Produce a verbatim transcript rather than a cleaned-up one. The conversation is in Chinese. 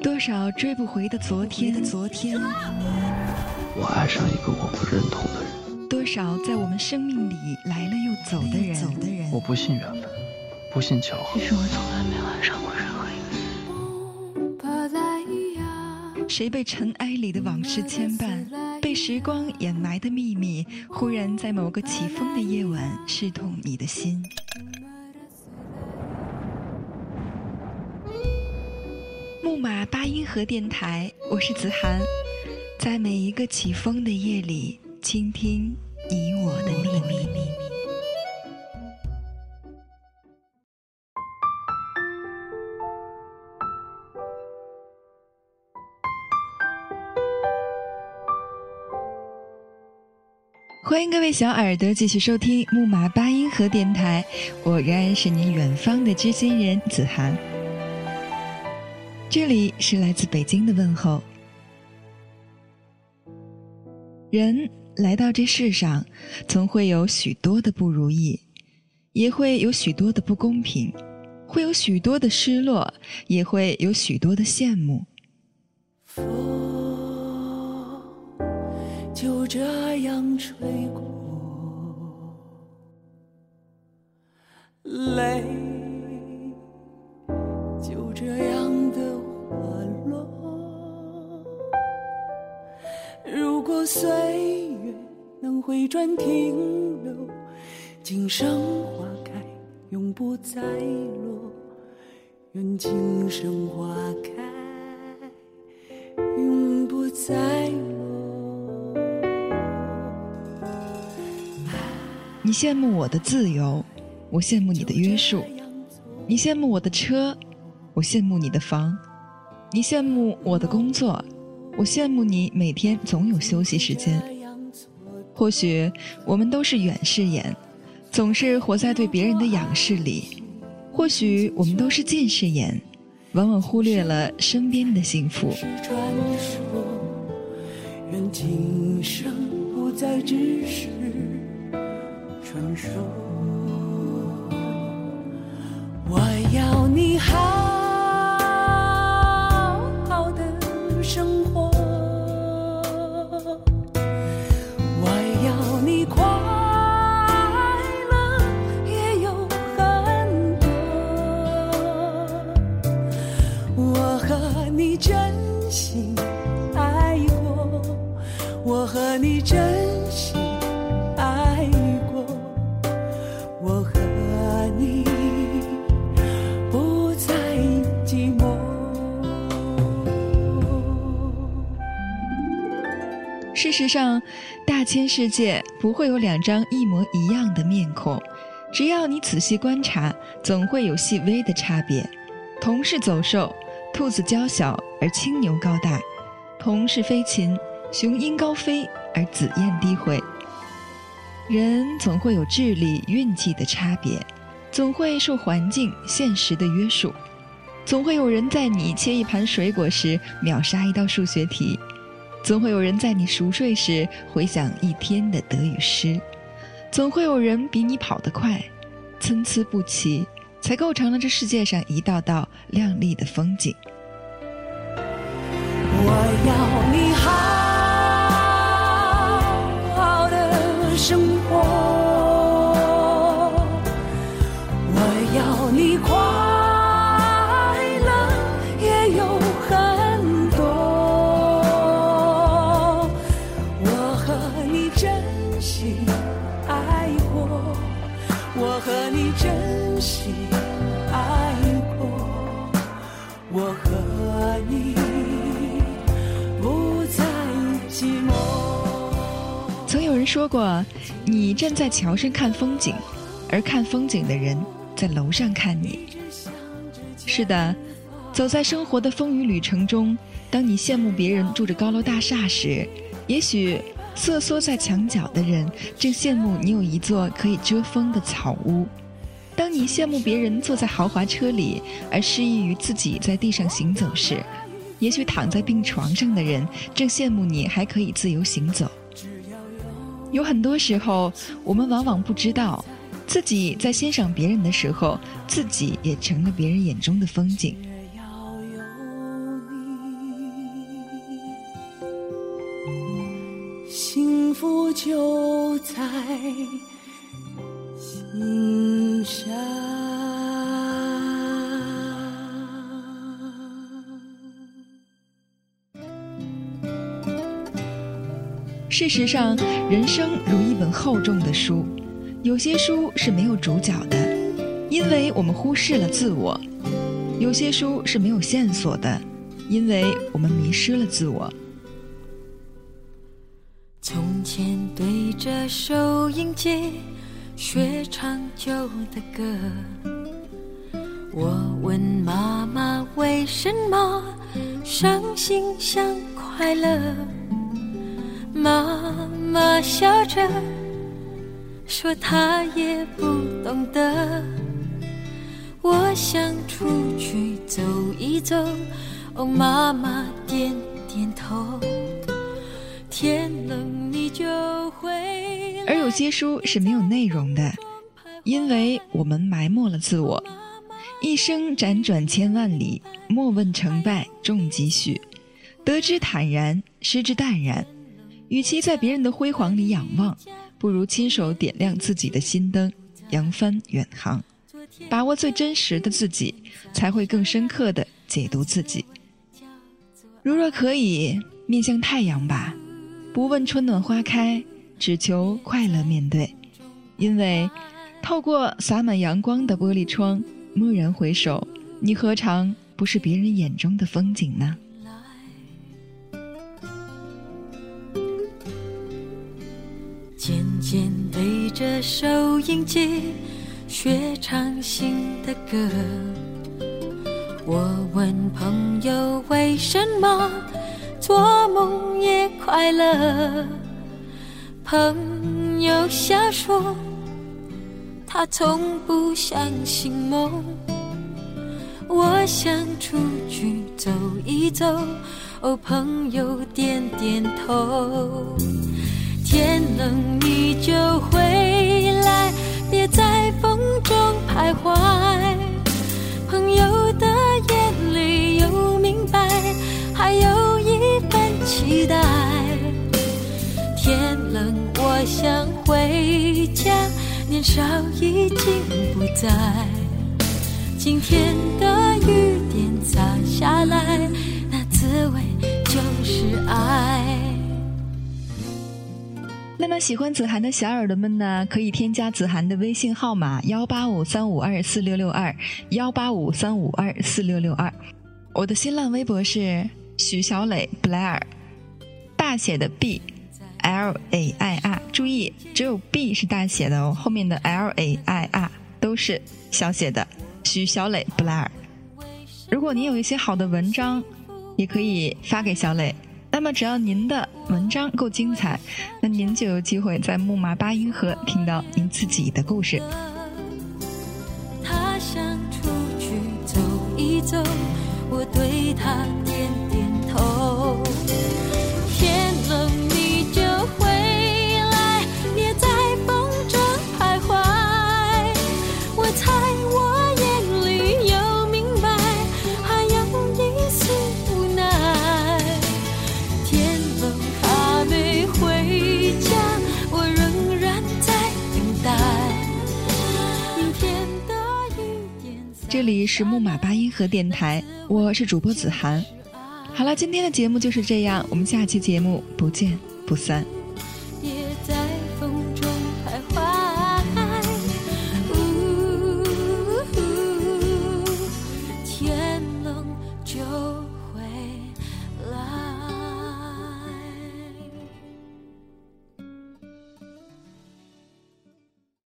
多少追不回的昨天，昨天， 我爱上一个我不认同的人。 多少在我们生命里来了又走的人，走的人。 我不信缘分，不信巧合。 其实我从来没有爱上过任何一个人。谁被尘埃里的往事牵绊，被时光掩埋的秘密，忽然在某个起风的夜晚，刺痛你的心。木马八音盒电台，我是子涵，在每一个起风的夜里，倾听你我的秘密。欢迎各位小耳朵继续收听木马八音盒电台，我仍然是您远方的知心人子涵。这里是来自北京的问候。人来到这世上，总会有许多的不如意，也会有许多的不公平，会有许多的失落，也会有许多的羡慕。 风就这样吹过，泪就这样的滑落。如果岁月能回转停留，今生花开永不再落，愿今生花开永不再落。 你羡慕我的自由，我羡慕你的约束。你羡慕我的车，我羡慕你的房。你羡慕我的工作，我羡慕你每天总有休息时间。或许我们都是远视眼，总是活在对别人的仰视里。或许我们都是近视眼，往往忽略了身边的幸福。 愿今生不再只是传说。我要你好好的生活，我要你快乐也有很多，我和你真心爱过，我和你真心爱过，我和你不再寂寞。 事实上，大千世界不会有两张一模一样的面孔，只要你仔细观察，总会有细微的差别。同是走兽，兔子娇小而青牛高大；同是飞禽，雄鹰高飞而紫燕低回。人总会有智力运气的差别，总会受环境现实的约束，总会有人在你切一盘水果时秒杀一道数学题，总会有人在你熟睡时回想一天的德语诗，总会有人比你跑得快，参差不齐，才构成了这世界上一道道亮丽的风景。 我要你好好的生活，我要你快乐也有很多，我和你真心爱过，我和你真心爱过，我和你不再寂寞。 曾有人说过，你站在桥上看风景，而看风景的人在楼上看你。是的，走在生活的风雨旅程中，当你羡慕别人住着高楼大厦时，也许瑟缩在墙角的人正羡慕你有一座可以遮风的草屋。当你羡慕别人坐在豪华车里，而失意于自己在地上行走时，也许躺在病床上的人正羡慕你还可以自由行走。有很多时候，我们往往不知道，自己在欣赏别人的时候，自己也成了别人眼中的风景。 要有你福就在心上。 事实上，人生如一本厚重的书，有些书是没有主角的，因为我们忽视了自我；有些书是没有线索的，因为我们迷失了自我。 从前对着收音机学唱旧的歌，我问妈妈为什么伤心像快乐，妈妈笑着说她也不懂得。我想出去走一走，哦，妈妈点点头。天冷你就回来。 而有些书是没有内容的，因为我们埋没了自我。一生辗转千万里，莫问成败重几许，得之坦然，失之淡然。与其在别人的辉煌里仰望，不如亲手点亮自己的心灯，扬帆远航。把握最真实的自己，才会更深刻地解读自己。如若可以，面向太阳吧，不问春暖花开，只求快乐面对。因为透过洒满阳光的玻璃窗，蓦然回首，你何尝不是别人眼中的风景呢？ 渐渐对着收音机学唱新的歌，我问朋友为什么做梦也快乐，朋友笑说他从不相信梦。我想出去走一走，哦，朋友点点头。天冷你就回来，别在风中徘徊。朋友的眼里有明白，还有一份期待。天冷我想回家，年少已经不在。今天的雨点洒下来，那滋味就是爱。 那么喜欢子涵的小耳朵们呢，可以添加子涵的微信号码幺八五三五二四六六二幺八五三五二四六六二。我的新浪微博是许小磊 Blair， 大写的 B L A I R， 注意只有 B 是大写的哦，后面的 L A I R 都是小写的。许小磊 Blair， 如果您有一些好的文章，也可以发给小磊。那么只要您的文章够精彩，那您就有机会在木马八音盒听到您自己的故事。 他想出去走一走，我对他点点头。天冷你就回来，别在风中徘徊。我猜我眼里有明白，还有一丝无奈。天冷还没回家，我仍然在等待。明天的雨点这里是木马八音盒电台，我是主播子涵。好了，今天的节目就是这样，我们下期节目不见不散。 也在